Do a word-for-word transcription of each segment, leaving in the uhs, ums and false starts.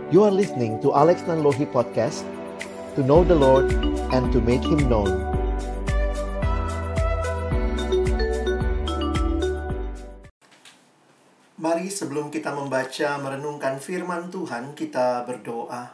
You are listening to Alex Nanlohi Podcast, to know the Lord and to make Him known. Mari sebelum kita membaca merenungkan firman Tuhan, kita berdoa.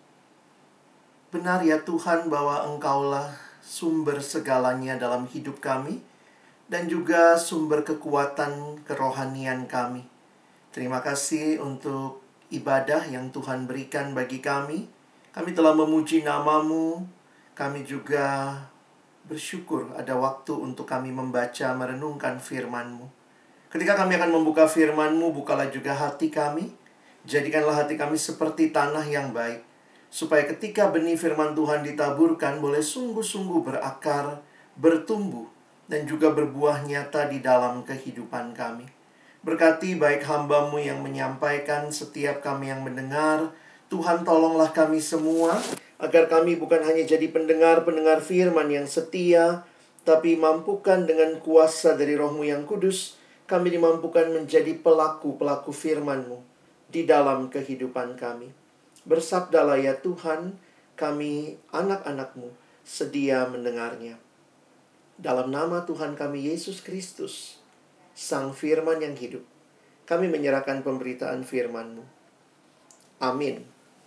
Benar ya Tuhan bahwa Engkaulah sumber segalanya dalam hidup kami, dan juga sumber kekuatan kerohanian kami. Terima kasih untuk ibadah yang Tuhan berikan bagi kami. Kami telah memuji nama-Mu. Kami juga bersyukur ada waktu untuk kami membaca, merenungkan firman-Mu. Ketika kami akan membuka firman-Mu, bukalah juga hati kami. Jadikanlah hati kami seperti tanah yang baik, supaya ketika benih firman Tuhan ditaburkan, boleh sungguh-sungguh berakar, bertumbuh, dan juga berbuah nyata di dalam kehidupan kami. Berkati baik hamba-Mu yang menyampaikan, setiap kami yang mendengar. Tuhan, tolonglah kami semua, agar kami bukan hanya jadi pendengar-pendengar firman yang setia, tapi mampukan dengan kuasa dari Roh-Mu yang kudus, kami dimampukan menjadi pelaku-pelaku firman-Mu di dalam kehidupan kami. Bersabdalah ya Tuhan, kami anak-anak-Mu sedia mendengarnya. Dalam nama Tuhan kami Yesus Kristus, Sang Firman yang hidup, kami menyerahkan pemberitaan firman-Mu. Amin.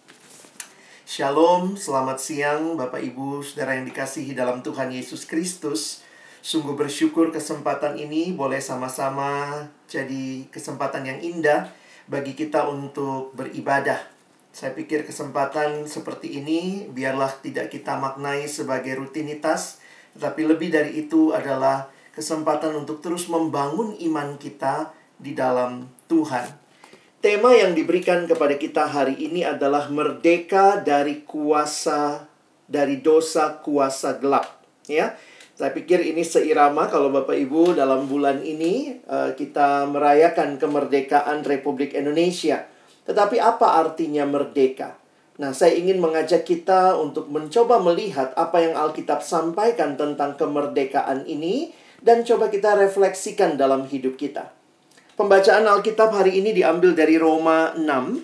Shalom, selamat siang Bapak Ibu Saudara yang dikasihi dalam Tuhan Yesus Kristus. Sungguh bersyukur kesempatan ini boleh sama-sama jadi kesempatan yang indah bagi kita untuk beribadah. Saya pikir kesempatan seperti ini biarlah tidak kita maknai sebagai rutinitas, tetapi lebih dari itu adalah kesempatan untuk terus membangun iman kita di dalam Tuhan. Tema yang diberikan kepada kita hari ini adalah merdeka dari kuasa, dari dosa kuasa gelap. Ya, saya pikir ini seirama kalau Bapak Ibu dalam bulan ini uh, kita merayakan kemerdekaan Republik Indonesia. Tetapi apa artinya merdeka? Nah, saya ingin mengajak kita untuk mencoba melihat apa yang Alkitab sampaikan tentang kemerdekaan ini, dan coba kita refleksikan dalam hidup kita. Pembacaan Alkitab hari ini diambil dari Roma enam.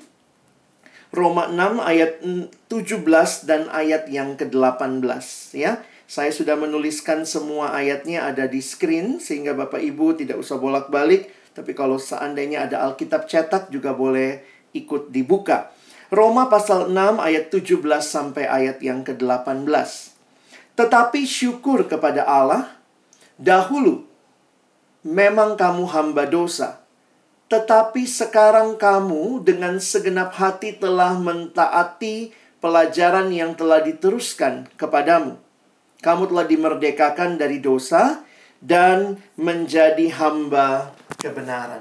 Roma enam ayat tujuh belas dan ayat yang kedelapan belas. Ya, saya sudah menuliskan semua ayatnya ada di screen, sehingga Bapak Ibu tidak usah bolak-balik. Tapi kalau seandainya ada Alkitab cetak juga boleh ikut dibuka. Roma pasal enam ayat tujuh belas sampai ayat yang kedelapan belas. Tetapi syukur kepada Allah, dahulu memang kamu hamba dosa, tetapi sekarang kamu dengan segenap hati telah mentaati pelajaran yang telah diteruskan kepadamu. Kamu telah dimerdekakan dari dosa dan menjadi hamba kebenaran.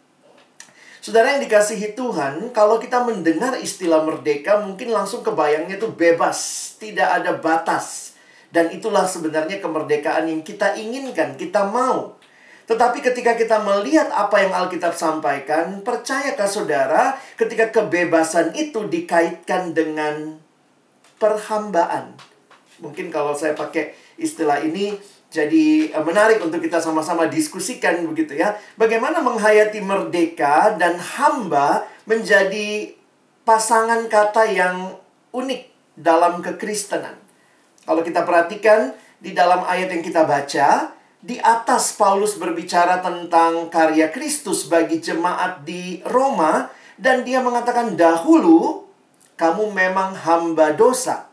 Saudara yang dikasihi Tuhan, kalau kita mendengar istilah merdeka, mungkin langsung kebayangnya itu bebas, tidak ada batas. Dan itulah sebenarnya kemerdekaan yang kita inginkan, kita mau. Tetapi ketika kita melihat apa yang Alkitab sampaikan, percayakah saudara, ketika kebebasan itu dikaitkan dengan perhambaan? Mungkin kalau saya pakai istilah ini, jadi menarik untuk kita sama-sama diskusikan begitu ya. Bagaimana menghayati merdeka dan hamba menjadi pasangan kata yang unik dalam kekristenan. Kalau kita perhatikan di dalam ayat yang kita baca, di atas Paulus berbicara tentang karya Kristus bagi jemaat di Roma, dan dia mengatakan dahulu kamu memang hamba dosa,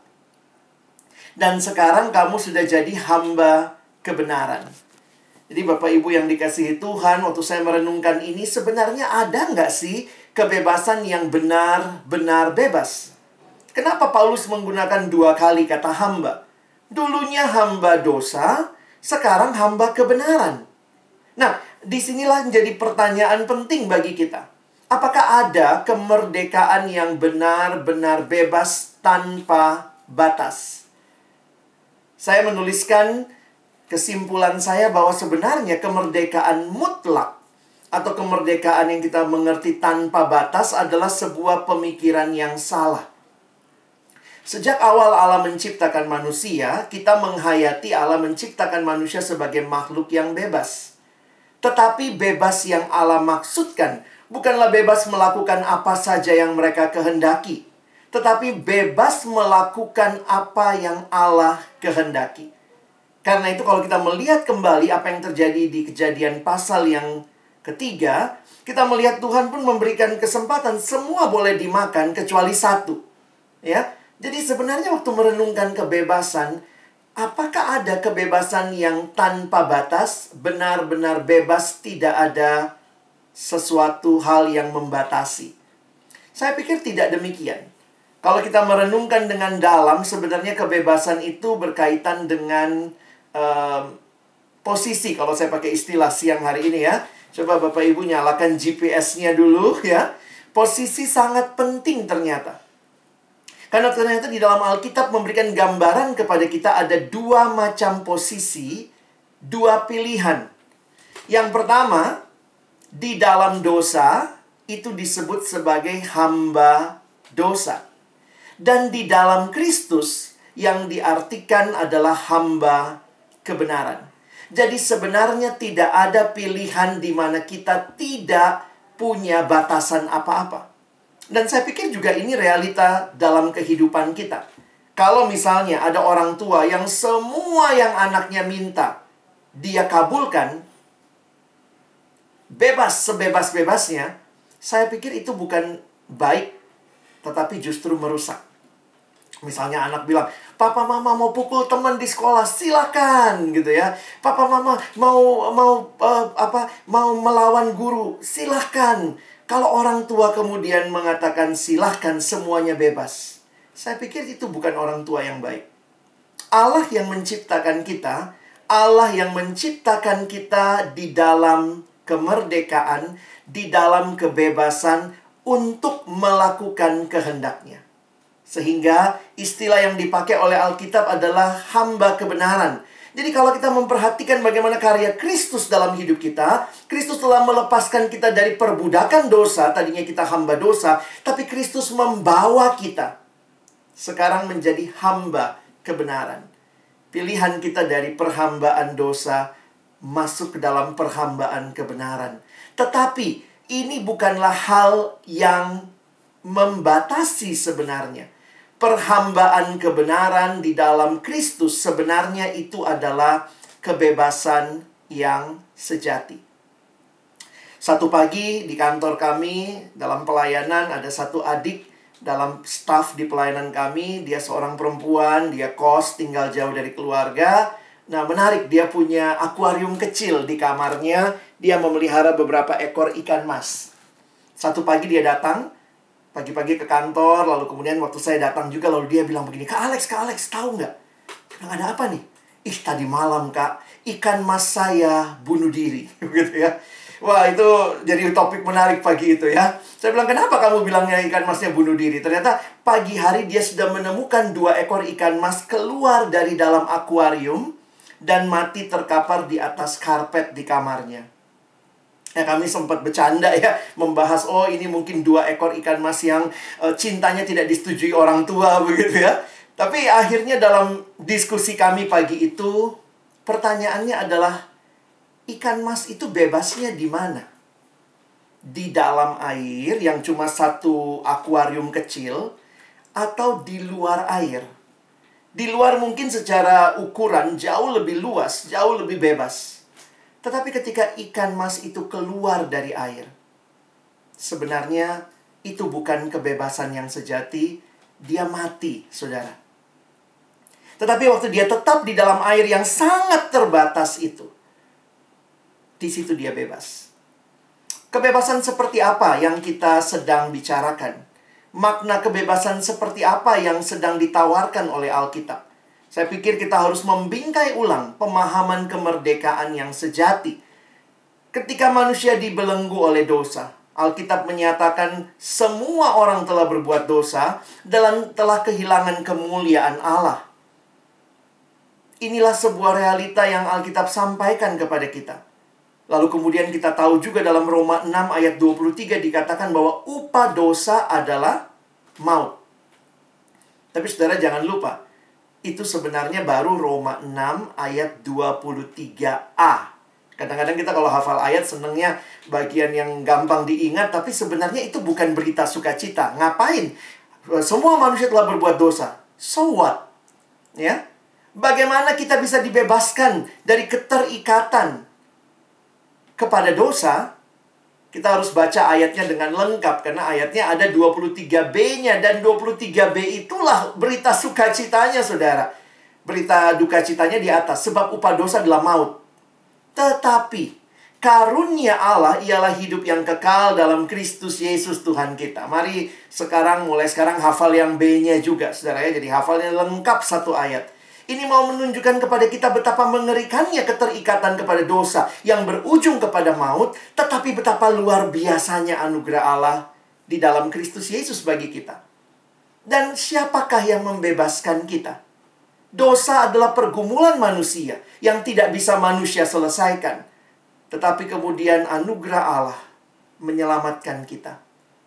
dan sekarang kamu sudah jadi hamba kebenaran. Jadi Bapak Ibu yang dikasihi Tuhan, waktu saya merenungkan ini, sebenarnya ada nggak sih kebebasan yang benar-benar bebas? Kenapa Paulus menggunakan dua kali kata hamba? Dulunya hamba dosa, sekarang hamba kebenaran. Nah, disinilah menjadi pertanyaan penting bagi kita. Apakah ada kemerdekaan yang benar-benar bebas tanpa batas? Saya menuliskan kesimpulan saya bahwa sebenarnya kemerdekaan mutlak atau kemerdekaan yang kita mengerti tanpa batas adalah sebuah pemikiran yang salah. Sejak awal Allah menciptakan manusia, kita menghayati Allah menciptakan manusia sebagai makhluk yang bebas. Tetapi bebas yang Allah maksudkan bukanlah bebas melakukan apa saja yang mereka kehendaki. tetapi bebas melakukan apa yang Allah kehendaki. Karena itu kalau kita melihat kembali apa yang terjadi di Kejadian pasal yang ketiga, kita melihat Tuhan pun memberikan kesempatan semua boleh dimakan kecuali satu. Ya. Jadi sebenarnya waktu merenungkan kebebasan, apakah ada kebebasan yang tanpa batas, benar-benar bebas, tidak ada sesuatu hal yang membatasi? Saya pikir tidak demikian. Kalau kita merenungkan dengan dalam, sebenarnya kebebasan itu berkaitan dengan um, posisi. Kalau saya pakai istilah siang hari ini ya. Coba Bapak Ibu nyalakan G P S-nya dulu ya. Posisi sangat penting ternyata. Karena ternyata di dalam Alkitab memberikan gambaran kepada kita ada dua macam posisi, dua pilihan. Yang pertama, di dalam dosa itu disebut sebagai hamba dosa. Dan di dalam Kristus yang diartikan adalah hamba kebenaran. Jadi sebenarnya tidak ada pilihan di mana kita tidak punya batasan apa-apa. Dan saya pikir juga ini realita dalam kehidupan kita. Kalau misalnya ada orang tua yang semua yang anaknya minta, dia kabulkan, bebas sebebas-bebasnya, saya pikir itu bukan baik, tetapi justru merusak. Misalnya anak bilang, papa mama mau pukul teman di sekolah, silakan gitu ya. Papa mama mau mau uh, apa mau melawan guru, silahkan. Kalau orang tua kemudian mengatakan silahkan, semuanya bebas, saya pikir itu bukan orang tua yang baik. Allah yang menciptakan kita, Allah yang menciptakan kita di dalam kemerdekaan, di dalam kebebasan untuk melakukan kehendaknya. Sehingga istilah yang dipakai oleh Alkitab adalah hamba kebenaran. Jadi kalau kita memperhatikan bagaimana karya Kristus dalam hidup kita, Kristus telah melepaskan kita dari perbudakan dosa. Tadinya kita hamba dosa, tapi Kristus membawa kita sekarang menjadi hamba kebenaran. Pilihan kita dari perhambaan dosa masuk ke dalam perhambaan kebenaran. Tetapi ini bukanlah hal yang membatasi sebenarnya. Perhambaan kebenaran di dalam Kristus sebenarnya itu adalah kebebasan yang sejati. Satu pagi di kantor kami dalam pelayanan ada satu adik dalam staf di pelayanan kami. Dia seorang perempuan, dia kos, tinggal jauh dari keluarga. Nah menarik, dia punya akuarium kecil di kamarnya. Dia memelihara beberapa ekor ikan mas. Satu pagi dia datang pagi-pagi ke kantor, lalu kemudian waktu saya datang juga, lalu dia bilang begini, Kak Alex, Kak Alex, tahu nggak? Bilang, ada apa nih? Ih, tadi malam, Kak, ikan mas saya bunuh diri. Gitu ya. Wah, itu jadi topik menarik pagi itu ya. Saya bilang, kenapa kamu bilangnya ikan masnya bunuh diri? Ternyata pagi hari dia sudah menemukan dua ekor ikan mas keluar dari dalam akuarium dan mati terkapar di atas karpet di kamarnya. Ya, kami sempat bercanda ya, membahas, oh ini mungkin dua ekor ikan mas yang uh, cintanya tidak disetujui orang tua, begitu ya. Tapi akhirnya dalam diskusi kami pagi itu, pertanyaannya adalah, ikan mas itu bebasnya di mana? Di dalam air yang cuma satu akuarium kecil, atau di luar air? Di luar mungkin secara ukuran jauh lebih luas, jauh lebih bebas. Tetapi ketika ikan mas itu keluar dari air, sebenarnya itu bukan kebebasan yang sejati, dia mati, saudara. Tetapi waktu dia tetap di dalam air yang sangat terbatas itu, di situ dia bebas. Kebebasan seperti apa yang kita sedang bicarakan? Makna kebebasan seperti apa yang sedang ditawarkan oleh Alkitab? Saya pikir kita harus membingkai ulang pemahaman kemerdekaan yang sejati. Ketika manusia dibelenggu oleh dosa, Alkitab menyatakan semua orang telah berbuat dosa dan telah kehilangan kemuliaan Allah. Inilah sebuah realita yang Alkitab sampaikan kepada kita. Lalu kemudian kita tahu juga dalam Roma enam ayat dua puluh tiga dikatakan bahwa upah dosa adalah maut. Tapi saudara jangan lupa, itu sebenarnya baru Roma enam ayat dua puluh tiga a. Kadang-kadang kita kalau hafal ayat senangnya bagian yang gampang diingat, tapi sebenarnya itu bukan berita sukacita. Ngapain Semua manusia telah berbuat dosa. So what? Ya. Bagaimana kita bisa dibebaskan dari keterikatan kepada dosa? Kita harus baca ayatnya dengan lengkap, karena ayatnya ada dua puluh tiga B-nya, dan dua puluh tiga B itulah berita sukacitanya, saudara. Berita duka citanya di atas, sebab upah dosa adalah maut. Tetapi karunia Allah ialah hidup yang kekal dalam Kristus Yesus Tuhan kita. Mari sekarang, mulai sekarang hafal yang B-nya juga, saudara ya. Jadi hafalnya lengkap satu ayat. Ini mau menunjukkan kepada kita betapa mengerikannya keterikatan kepada dosa yang berujung kepada maut, tetapi betapa luar biasanya anugerah Allah di dalam Kristus Yesus bagi kita. Dan siapakah yang membebaskan kita? Dosa adalah pergumulan manusia yang tidak bisa manusia selesaikan. Tetapi kemudian anugerah Allah menyelamatkan kita.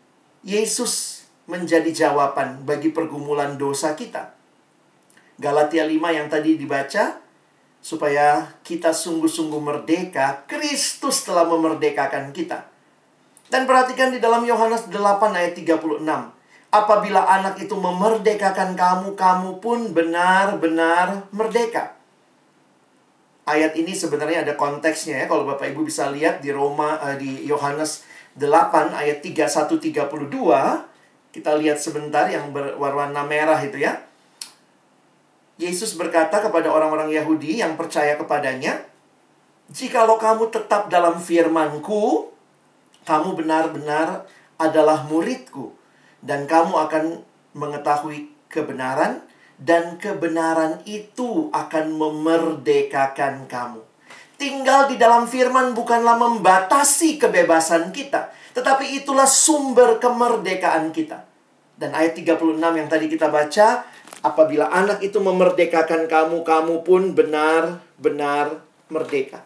Yesus menjadi jawaban bagi pergumulan dosa kita. Galatia lima yang tadi dibaca, supaya kita sungguh-sungguh merdeka, Kristus telah memerdekakan kita. Dan perhatikan di dalam Yohanes delapan ayat tiga puluh enam. Apabila anak itu memerdekakan kamu, kamu pun benar-benar merdeka. Ayat ini sebenarnya ada konteksnya ya. Kalau Bapak Ibu bisa lihat di Roma, uh, di Yohanes delapan ayat tiga puluh satu sampai tiga puluh dua. Kita lihat sebentar yang berwarna merah itu ya. Yesus berkata kepada orang-orang Yahudi yang percaya kepadanya, "Jikalau kamu tetap dalam firman-Ku, kamu benar-benar adalah murid-Ku, dan kamu akan mengetahui kebenaran, dan kebenaran itu akan memerdekakan kamu." Tinggal di dalam firman bukanlah membatasi kebebasan kita, tetapi itulah sumber kemerdekaan kita. Dan ayat tiga puluh enam yang tadi kita baca, apabila anak itu memerdekakan kamu, kamu pun benar-benar merdeka.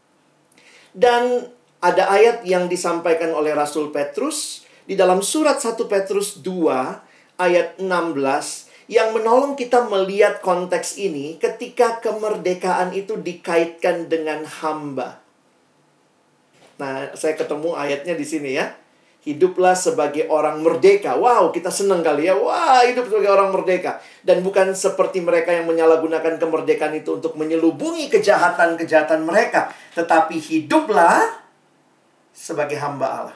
Dan ada ayat yang disampaikan oleh Rasul Petrus di dalam surat satu Petrus dua ayat enam belas yang menolong kita melihat konteks ini ketika kemerdekaan itu dikaitkan dengan hamba. Nah, saya ketemu ayatnya di sini ya. Hiduplah sebagai orang merdeka. Wow, kita senang kali ya. Wah, hidup sebagai orang merdeka. Dan bukan seperti mereka yang menyalahgunakan kemerdekaan itu untuk menyelubungi kejahatan-kejahatan mereka. Tetapi hiduplah sebagai hamba Allah.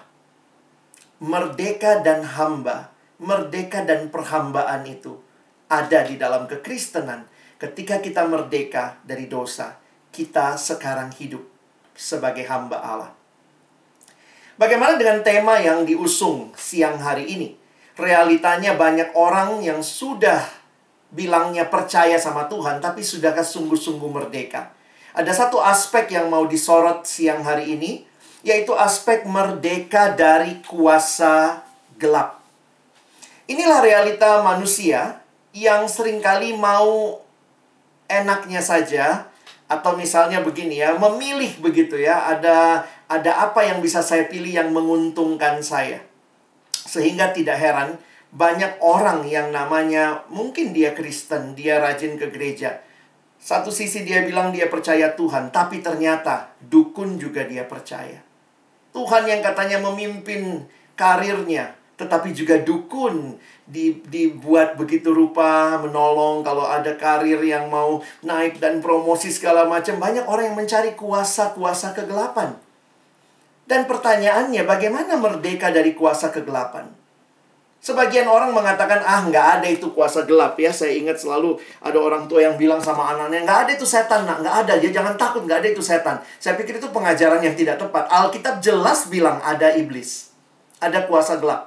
Merdeka dan hamba, merdeka dan perhambaan itu ada di dalam kekristenan. Ketika kita merdeka dari dosa, kita sekarang hidup sebagai hamba Allah. Bagaimana dengan tema yang diusung siang hari ini? Realitanya banyak orang yang sudah bilangnya percaya sama Tuhan, tapi sudahkah sungguh-sungguh merdeka? Ada satu aspek yang mau disorot siang hari ini, yaitu aspek merdeka dari kuasa gelap. Inilah realita manusia yang seringkali mau enaknya saja, atau misalnya begini ya, memilih begitu ya, ada ada apa yang bisa saya pilih yang menguntungkan saya. Sehingga tidak heran banyak orang yang namanya mungkin dia Kristen, dia rajin ke gereja. Satu sisi dia bilang dia percaya Tuhan, tapi ternyata dukun juga dia percaya. Tuhan yang katanya memimpin karirnya, tetapi juga dukun di, dibuat begitu rupa, menolong kalau ada karir yang mau naik dan promosi segala macam. Banyak orang yang mencari kuasa-kuasa kegelapan. Dan pertanyaannya, bagaimana merdeka dari kuasa kegelapan? Sebagian orang mengatakan, ah nggak ada itu kuasa gelap ya. Saya ingat selalu ada orang tua yang bilang sama anaknya, nggak ada itu setan, nak, nggak ada. Ya jangan takut, nggak ada itu setan. Saya pikir itu pengajaran yang tidak tepat. Alkitab jelas bilang ada iblis, ada kuasa gelap.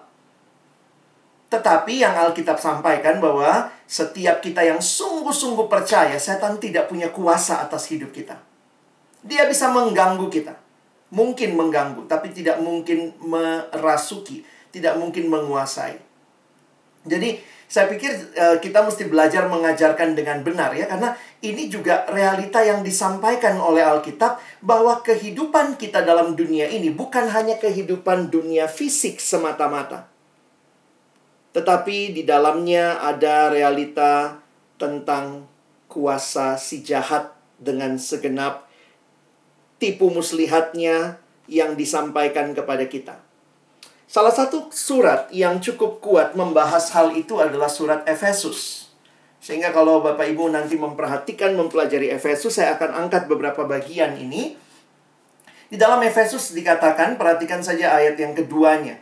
Tetapi yang Alkitab sampaikan bahwa setiap kita yang sungguh-sungguh percaya, setan tidak punya kuasa atas hidup kita. Dia bisa mengganggu kita. Mungkin mengganggu, tapi tidak mungkin merasuki, tidak mungkin menguasai. Jadi, saya pikir uh, kita mesti belajar mengajarkan dengan benar ya, karena ini juga realita yang disampaikan oleh Alkitab, bahwa kehidupan kita dalam dunia ini bukan hanya kehidupan dunia fisik semata-mata. Tetapi di dalamnya ada realita tentang kuasa si jahat dengan segenap tipu muslihatnya yang disampaikan kepada kita. Salah satu surat yang cukup kuat membahas hal itu adalah surat Efesus. Sehingga kalau Bapak Ibu nanti memperhatikan, mempelajari Efesus, saya akan angkat beberapa bagian ini. Di dalam Efesus dikatakan, perhatikan saja ayat yang keduanya.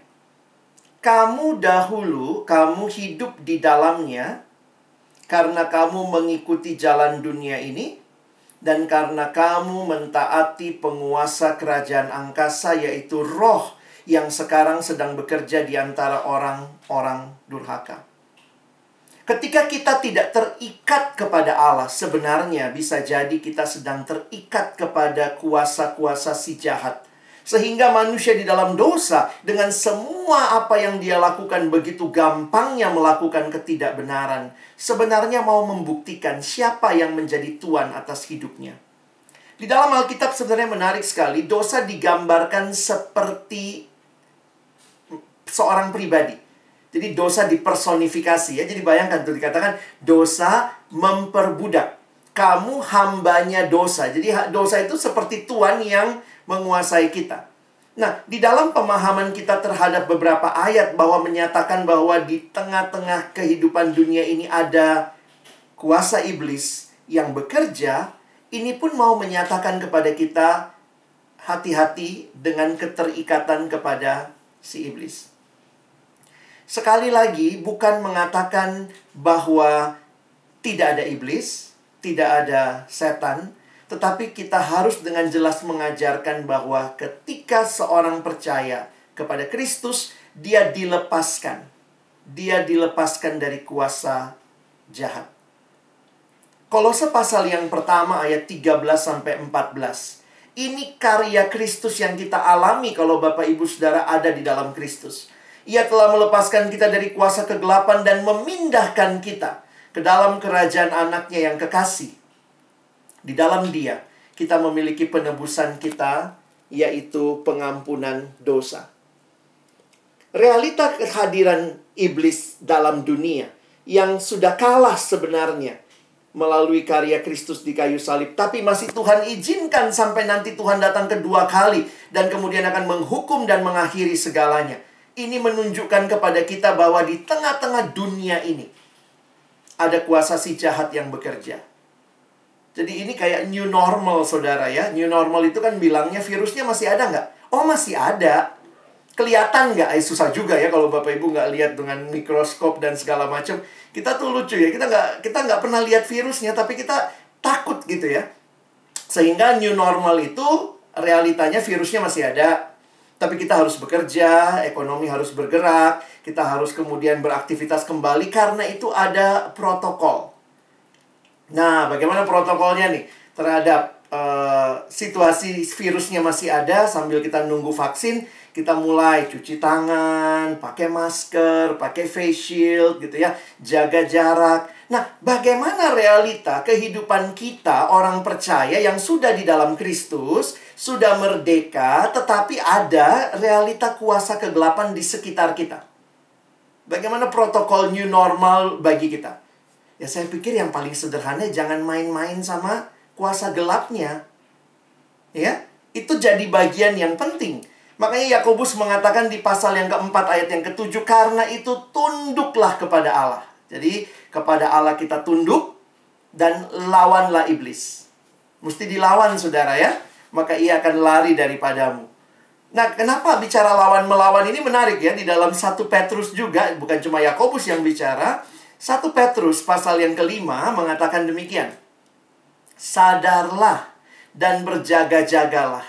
Kamu dahulu, kamu hidup di dalamnya, karena kamu mengikuti jalan dunia ini, dan karena kamu mentaati penguasa kerajaan angkasa, yaitu roh yang sekarang sedang bekerja di antara orang-orang durhaka. Ketika kita tidak terikat kepada Allah, sebenarnya bisa jadi kita sedang terikat kepada kuasa-kuasa si jahat. Sehingga manusia di dalam dosa, dengan semua apa yang dia lakukan, begitu gampangnya melakukan ketidakbenaran, sebenarnya mau membuktikan siapa yang menjadi tuan atas hidupnya. Di dalam Alkitab sebenarnya menarik sekali, dosa digambarkan seperti seorang pribadi. Jadi dosa dipersonifikasi ya. Jadi bayangkan tuh dikatakan dosa memperbudak. Kamu hambanya dosa. Jadi dosa itu seperti tuan yang menguasai kita. Nah, di dalam pemahaman kita terhadap beberapa ayat bahwa menyatakan bahwa di tengah-tengah kehidupan dunia ini ada kuasa iblis yang bekerja, ini pun mau menyatakan kepada kita hati-hati dengan keterikatan kepada si iblis. Sekali lagi, bukan mengatakan bahwa tidak ada iblis, tidak ada setan, tetapi kita harus dengan jelas mengajarkan bahwa ketika seorang percaya kepada Kristus, dia dilepaskan. Dia dilepaskan dari kuasa jahat. Kolose pasal yang pertama ayat tiga belas sampai empat belas. Ini karya Kristus yang kita alami kalau Bapak Ibu Saudara ada di dalam Kristus. Ia telah melepaskan kita dari kuasa kegelapan dan memindahkan kita ke dalam kerajaan anaknya yang kekasih. Di dalam dia, kita memiliki penebusan kita, yaitu pengampunan dosa. Realita kehadiran iblis dalam dunia yang sudah kalah sebenarnya melalui karya Kristus di kayu salib. Tapi masih Tuhan izinkan sampai nanti Tuhan datang kedua kali dan kemudian akan menghukum dan mengakhiri segalanya. Ini menunjukkan kepada kita bahwa di tengah-tengah dunia ini ada kuasa si jahat yang bekerja. Jadi ini kayak new normal, saudara ya. New normal itu kan bilangnya virusnya masih ada nggak? Oh, masih ada. Kelihatan nggak? Eh, susah juga ya kalau Bapak Ibu nggak lihat dengan mikroskop dan segala macam. Kita tuh lucu ya. Kita nggak kita nggak pernah lihat virusnya, tapi kita takut gitu ya. Sehingga new normal itu realitanya virusnya masih ada. Tapi kita harus bekerja, ekonomi harus bergerak, kita harus kemudian beraktivitas kembali karena itu ada protokol. Nah, bagaimana protokolnya nih terhadap uh, situasi virusnya masih ada sambil kita nunggu vaksin, kita mulai cuci tangan, pakai masker, pakai face shield gitu ya, jaga jarak. Nah, bagaimana realita kehidupan kita orang percaya yang sudah di dalam Kristus, sudah merdeka, tetapi ada realita kuasa kegelapan di sekitar kita? Bagaimana protokol new normal bagi kita? Ya, saya pikir yang paling sederhana, jangan main-main sama kuasa gelapnya. Ya, itu jadi bagian yang penting. Makanya Yakobus mengatakan di pasal yang keempat ayat yang ketujuh, karena itu tunduklah kepada Allah. Jadi kepada Allah kita tunduk dan lawanlah iblis. Mesti dilawan, saudara ya. Maka ia akan lari daripadamu. Nah, kenapa bicara lawan-melawan ini menarik ya. Di dalam satu Petrus juga, bukan cuma Yakobus yang bicara. satu Petrus pasal yang kelima mengatakan demikian. Sadarlah dan berjaga-jagalah.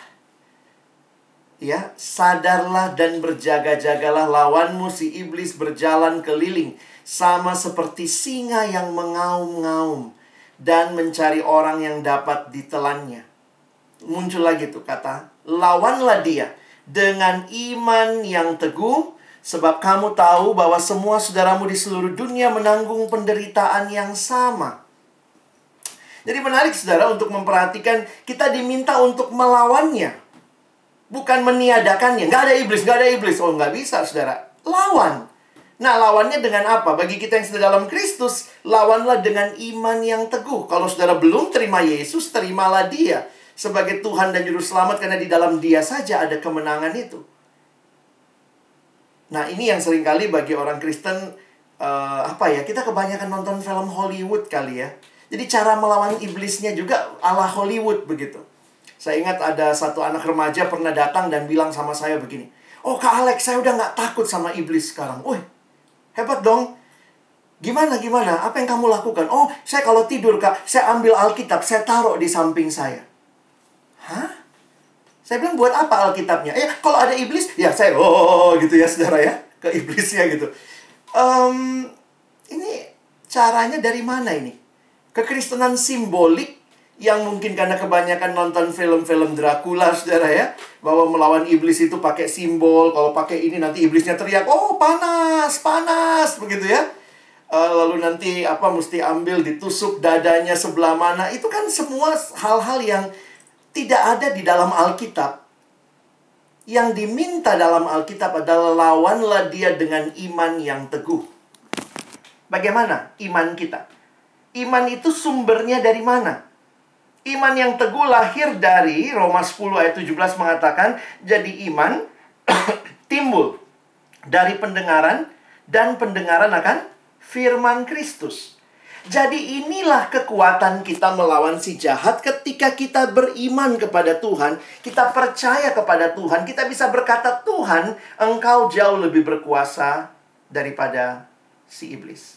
Ya, sadarlah dan berjaga-jagalah, lawanmu si iblis berjalan keliling sama seperti singa yang mengaum-ngaum dan mencari orang yang dapat ditelannya. Muncul lagi tuh kata, lawanlah dia dengan iman yang teguh, sebab kamu tahu bahwa semua saudaramu di seluruh dunia menanggung penderitaan yang sama. Jadi menarik, saudara, untuk memperhatikan kita diminta untuk melawannya, bukan meniadakannya. Nggak ada iblis, nggak ada iblis. Oh, nggak bisa, saudara. Lawan. Nah, lawannya dengan apa? Bagi kita yang sudah dalam Kristus, lawanlah dengan iman yang teguh. Kalau saudara belum terima Yesus, terimalah dia sebagai Tuhan dan Juru Selamat, karena di dalam dia saja ada kemenangan itu. Nah, ini yang seringkali bagi orang Kristen, uh, apa ya, kita kebanyakan nonton film Hollywood kali ya. Jadi cara melawan iblisnya juga ala Hollywood begitu. Saya ingat ada satu anak remaja pernah datang dan bilang sama saya begini, "Oh Kak Alex, saya udah nggak takut sama iblis sekarang." Wih, hebat dong. Gimana, gimana? Apa yang kamu lakukan? "Oh, saya kalau tidur Kak, saya ambil Alkitab, saya taruh di samping saya." Hah? Saya bilang, buat apa Alkitabnya? Eh, kalau ada iblis, ya saya, oh gitu ya saudara ya, ke iblisnya gitu. Um, ini caranya dari mana ini? Kekristenan simbolik yang mungkin karena kebanyakan nonton film-film Dracula, saudara ya, bahwa melawan iblis itu pakai simbol. Kalau pakai ini nanti iblisnya teriak, "Oh panas, panas," begitu ya. Uh, lalu nanti apa mesti ambil ditusuk dadanya sebelah mana. Itu kan semua hal-hal yang tidak ada di dalam Alkitab. Yang diminta dalam Alkitab adalah lawanlah dia dengan iman yang teguh. Bagaimana iman kita? Iman itu sumbernya dari mana? Iman yang teguh lahir dari Roma sepuluh ayat tujuh belas mengatakan, jadi iman timbul dari pendengaran dan pendengaran akan firman Kristus. Jadi inilah kekuatan kita melawan si jahat ketika kita beriman kepada Tuhan. Kita percaya kepada Tuhan. Kita bisa berkata, "Tuhan, Engkau jauh lebih berkuasa daripada si iblis."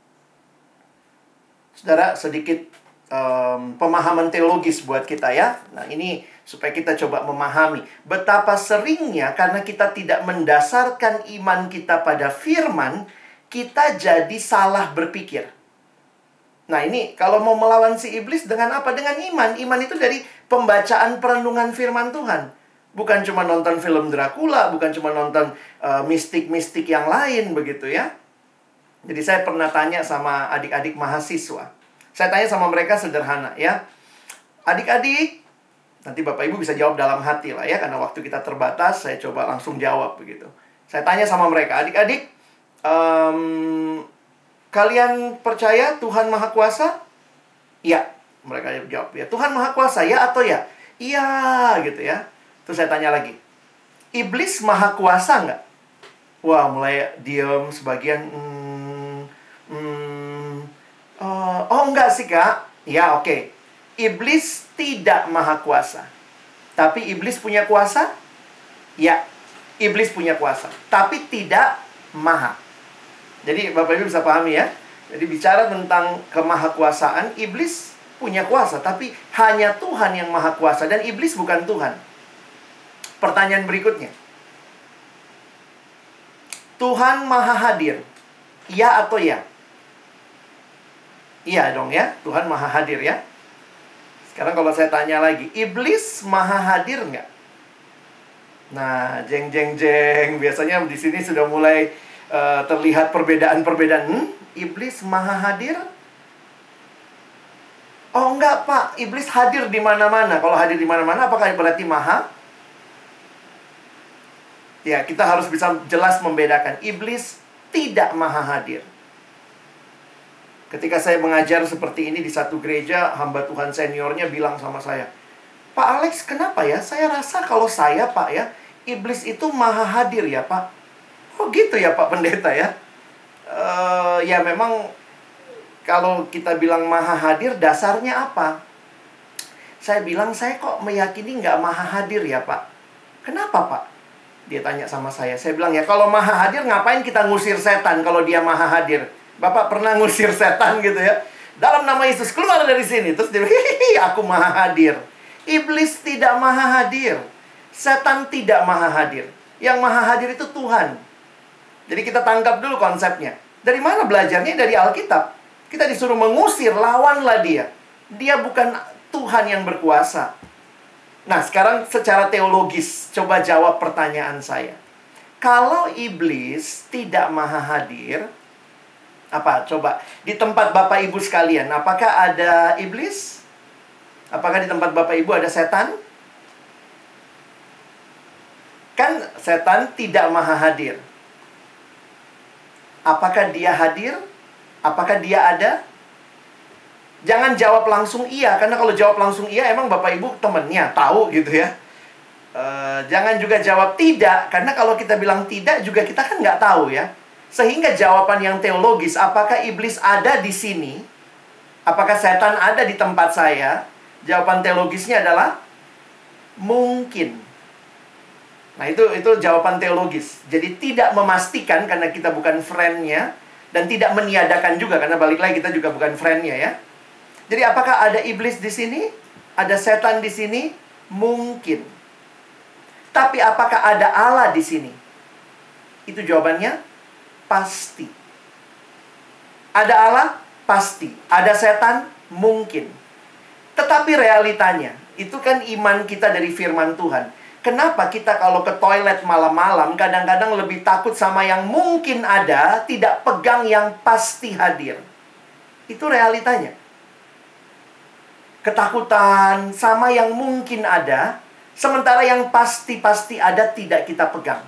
Saudara, sedikit um, pemahaman teologis buat kita ya. Nah ini supaya kita coba memahami betapa seringnya karena kita tidak mendasarkan iman kita pada firman, kita jadi salah berpikir. Nah ini kalau mau melawan si iblis dengan apa? Dengan iman. Iman itu dari pembacaan perenungan firman Tuhan. Bukan cuma nonton film Dracula, bukan cuma nonton uh, mistik-mistik yang lain begitu ya. Jadi saya pernah tanya sama adik-adik mahasiswa. Saya tanya sama mereka sederhana ya. Adik-adik, nanti Bapak Ibu bisa jawab dalam hati lah ya. Karena waktu kita terbatas, saya coba langsung jawab begitu. Saya tanya sama mereka, adik-adik, um, kalian percaya Tuhan Maha Kuasa? Iya. Mereka jawab, ya. Tuhan Maha Kuasa, ya atau ya? Iya, gitu ya. Terus saya tanya lagi, iblis Maha Kuasa nggak? Wah, mulai diam sebagian. Hmm, hmm, uh, oh, enggak sih, Kak. Ya, oke. Okay. Iblis tidak Maha Kuasa. Tapi iblis punya kuasa? Ya, iblis punya kuasa. Tapi tidak maha. Jadi Bapak Ibu bisa pahami ya. Jadi bicara tentang kemahakuasaan, iblis punya kuasa, tapi hanya Tuhan yang maha kuasa dan iblis bukan Tuhan. Pertanyaan berikutnya. Tuhan maha hadir. Ya atau ya? Iya dong ya, Tuhan maha hadir ya. Sekarang kalau saya tanya lagi, iblis maha hadir nggak? Nah, jeng jeng jeng, biasanya di sini sudah mulai Uh, terlihat perbedaan-perbedaan. Hmm? Iblis maha hadir? Oh enggak Pak, iblis hadir di mana-mana. Kalau hadir di mana-mana, apakah berarti maha? Ya, kita harus bisa jelas membedakan. Iblis tidak maha hadir. Ketika saya mengajar seperti ini di satu gereja, hamba Tuhan seniornya bilang sama saya, "Pak Alex, kenapa ya? Saya rasa kalau saya Pak ya, iblis itu maha hadir ya Pak." Oh gitu ya Pak Pendeta ya. uh, Ya memang kalau kita bilang maha hadir, dasarnya apa? Saya bilang, saya kok meyakini nggak maha hadir ya Pak. Kenapa Pak? Dia tanya sama saya. Saya bilang, ya kalau maha hadir ngapain kita ngusir setan kalau dia maha hadir? Bapak pernah ngusir setan gitu ya? Dalam nama Yesus, keluar dari sini. Terus dia bilang, hihihi, aku maha hadir. Iblis tidak maha hadir. Setan tidak maha hadir. Yang maha hadir itu Tuhan. Jadi kita tangkap dulu konsepnya. Dari mana belajarnya? Dari Alkitab. Kita disuruh mengusir, lawanlah dia. Dia bukan Tuhan yang berkuasa. Nah, sekarang secara teologis, coba jawab pertanyaan saya. Kalau iblis tidak maha hadir, apa? Coba, di tempat Bapak Ibu sekalian, apakah ada iblis? Apakah di tempat Bapak Ibu ada setan? Kan setan tidak maha hadir. Apakah dia hadir? Apakah dia ada? Jangan jawab langsung iya. Karena kalau jawab langsung iya, emang Bapak Ibu temennya, tahu gitu ya. uh, uh, jangan juga jawab tidak, karena kalau kita bilang tidak juga kita kan nggak tahu ya. Sehingga jawaban yang teologis, apakah iblis ada di sini? Apakah setan ada di tempat saya? Jawaban teologisnya adalah mungkin. Nah, itu itu jawaban teologis. Jadi tidak memastikan karena kita bukan friend-nya, dan tidak meniadakan juga karena balik lagi kita juga bukan friend-nya ya. Jadi apakah ada iblis di sini? Ada setan di sini? Mungkin. Tapi apakah ada Allah di sini? Itu jawabannya pasti. Ada Allah? Pasti. Ada setan? Mungkin. Tetapi realitanya, itu kan iman kita dari firman Tuhan. Kenapa kita kalau ke toilet malam-malam kadang-kadang lebih takut sama yang mungkin ada, tidak pegang yang pasti hadir? Itu realitanya. Ketakutan sama yang mungkin ada, sementara yang pasti-pasti ada tidak kita pegang.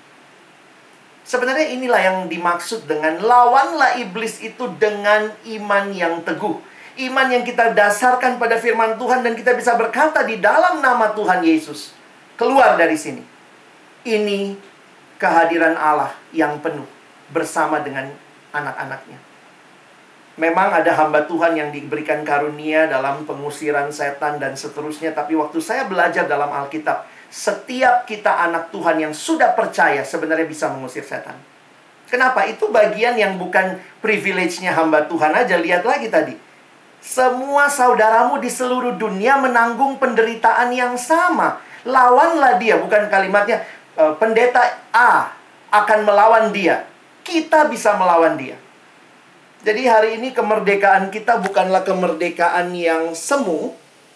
Sebenarnya inilah yang dimaksud dengan lawanlah iblis itu dengan iman yang teguh. Iman yang kita dasarkan pada firman Tuhan dan kita bisa berkata di dalam nama Tuhan Yesus. Keluar dari sini. Ini kehadiran Allah yang penuh bersama dengan anak-anaknya. Memang ada hamba Tuhan yang diberikan karunia dalam pengusiran setan dan seterusnya. Tapi waktu saya belajar dalam Alkitab, setiap kita anak Tuhan yang sudah percaya sebenarnya bisa mengusir setan. Kenapa? Itu bagian yang bukan privilege-nya hamba Tuhan aja. Lihat lagi tadi. Semua saudaramu di seluruh dunia menanggung penderitaan yang sama. Lawanlah dia, bukan kalimatnya e, pendeta A akan melawan dia. Kita bisa melawan dia. Jadi hari ini kemerdekaan kita bukanlah kemerdekaan yang semu.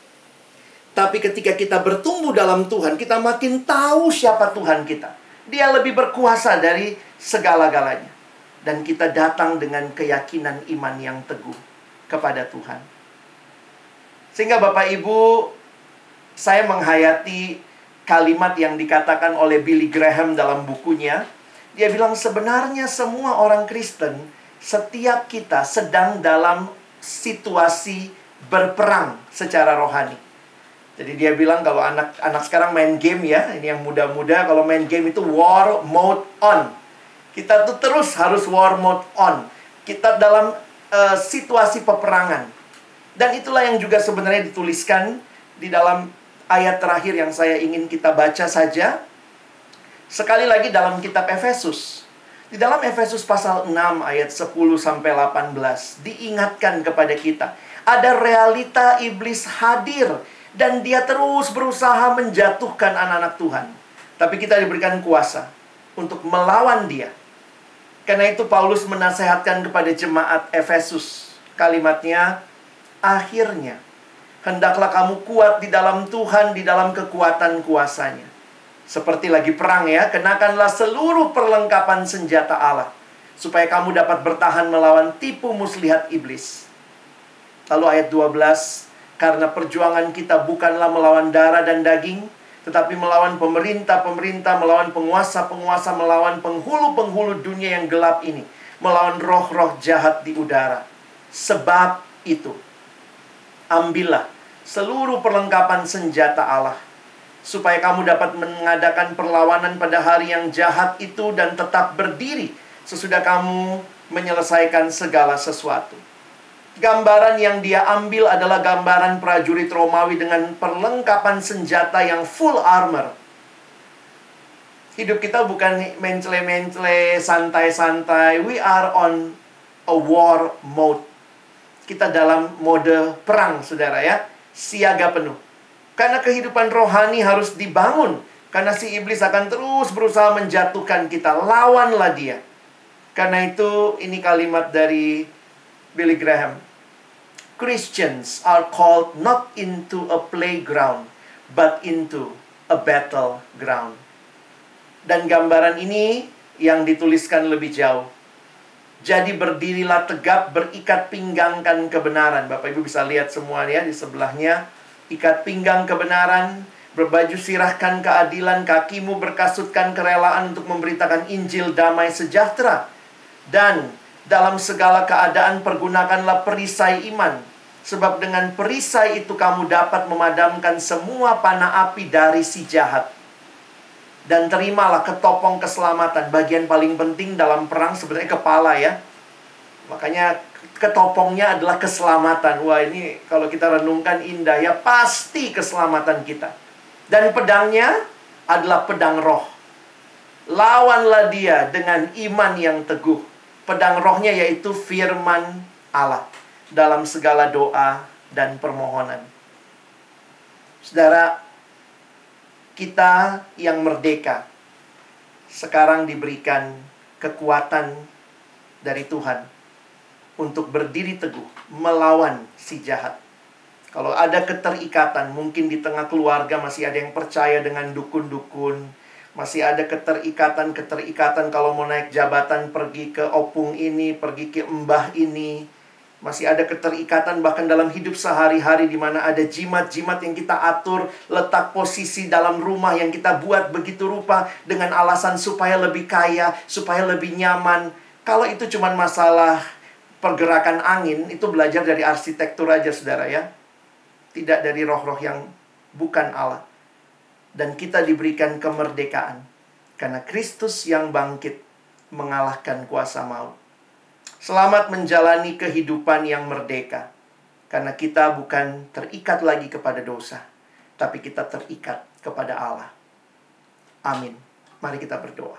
Tapi ketika kita bertumbuh dalam Tuhan, kita makin tahu siapa Tuhan kita. Dia lebih berkuasa dari segala-galanya. Dan kita datang dengan keyakinan iman yang teguh kepada Tuhan. Sehingga Bapak Ibu, saya menghayati kalimat yang dikatakan oleh Billy Graham dalam bukunya. Dia bilang sebenarnya semua orang Kristen, setiap kita sedang dalam situasi berperang secara rohani. Jadi dia bilang kalau anak-anak sekarang main game ya, ini yang muda-muda, kalau main game itu war mode on. Kita tuh terus harus war mode on. Kita dalam uh, situasi peperangan. Dan itulah yang juga sebenarnya dituliskan di dalam ayat terakhir yang saya ingin kita baca saja. Sekali lagi dalam kitab Efesus. Di dalam Efesus pasal enam ayat sepuluh sampai delapan belas diingatkan kepada kita. Ada realita iblis hadir dan dia terus berusaha menjatuhkan anak-anak Tuhan. Tapi kita diberikan kuasa untuk melawan dia. Karena itu Paulus menasehatkan kepada jemaat Efesus. Kalimatnya, akhirnya hendaklah kamu kuat di dalam Tuhan, di dalam kekuatan kuasanya. Seperti lagi perang ya, kenakanlah seluruh perlengkapan senjata Allah, supaya kamu dapat bertahan melawan tipu muslihat iblis. Lalu ayat dua belas, karena perjuangan kita bukanlah melawan darah dan daging, tetapi melawan pemerintah-pemerintah, melawan penguasa-penguasa, melawan penghulu-penghulu dunia yang gelap ini, melawan roh-roh jahat di udara. Sebab itu, ambillah seluruh perlengkapan senjata Allah, supaya kamu dapat mengadakan perlawanan pada hari yang jahat itu dan tetap berdiri sesudah kamu menyelesaikan segala sesuatu. Gambaran yang dia ambil adalah gambaran prajurit Romawi dengan perlengkapan senjata yang full armor. Hidup kita bukan mencle-mencle, santai-santai. We are on a war mode. Kita dalam mode perang, saudara ya. Siaga penuh. Karena kehidupan rohani harus dibangun. Karena si iblis akan terus berusaha menjatuhkan kita. Lawanlah dia. Karena itu, ini kalimat dari Billy Graham. Christians are called not into a playground, but into a battleground. Dan gambaran ini yang dituliskan lebih jauh. Jadi berdirilah tegap, berikat pinggangkan kebenaran. Bapak Ibu bisa lihat semuanya di sebelahnya. Ikat pinggang kebenaran, berbaju sirahkan keadilan, kakimu berkasutkan kerelaan untuk memberitakan Injil damai sejahtera. Dan dalam segala keadaan pergunakanlah perisai iman, sebab dengan perisai itu kamu dapat memadamkan semua panah api dari si jahat. Dan terimalah ketopong keselamatan. Bagian paling penting dalam perang sebenarnya kepala ya. Makanya ketopongnya adalah keselamatan. Wah, ini kalau kita renungkan indah ya. Pasti keselamatan kita. Dan pedangnya adalah pedang roh. Lawanlah dia dengan iman yang teguh. Pedang rohnya yaitu firman Allah. Dalam segala doa dan permohonan. Saudara, kita yang merdeka sekarang diberikan kekuatan dari Tuhan untuk berdiri teguh melawan si jahat. Kalau ada keterikatan, mungkin di tengah keluarga masih ada yang percaya dengan dukun-dukun, masih ada keterikatan-keterikatan kalau mau naik jabatan pergi ke opung ini, pergi ke mbah ini. Masih ada keterikatan bahkan dalam hidup sehari-hari di mana ada jimat-jimat yang kita atur, letak posisi dalam rumah yang kita buat begitu rupa dengan alasan supaya lebih kaya, supaya lebih nyaman. Kalau itu cuma masalah pergerakan angin, itu belajar dari arsitektur aja saudara ya. Tidak dari roh-roh yang bukan Allah. Dan kita diberikan kemerdekaan karena Kristus yang bangkit mengalahkan kuasa maut. Selamat menjalani kehidupan yang merdeka. Karena kita bukan terikat lagi kepada dosa, tapi kita terikat kepada Allah. Amin. Mari kita berdoa.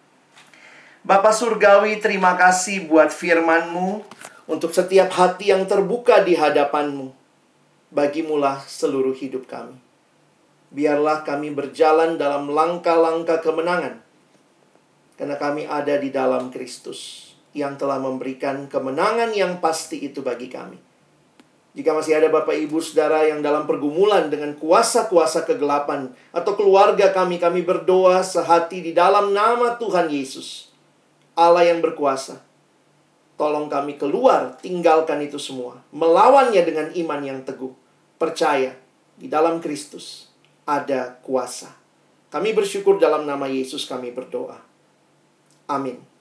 Bapa Surgawi, terima kasih buat firman-Mu. Untuk setiap hati yang terbuka di hadapan-Mu. Bagimulah seluruh hidup kami. Biarlah kami berjalan dalam langkah-langkah kemenangan. Karena kami ada di dalam Kristus yang telah memberikan kemenangan yang pasti itu bagi kami. Jika masih ada Bapak Ibu Saudara yang dalam pergumulan dengan kuasa-kuasa kegelapan atau keluarga kami, kami berdoa sehati di dalam nama Tuhan Yesus, Allah yang berkuasa. Tolong kami keluar, tinggalkan itu semua. Melawannya dengan iman yang teguh. Percaya di dalam Kristus ada kuasa. Kami bersyukur dalam nama Yesus kami berdoa. Amin.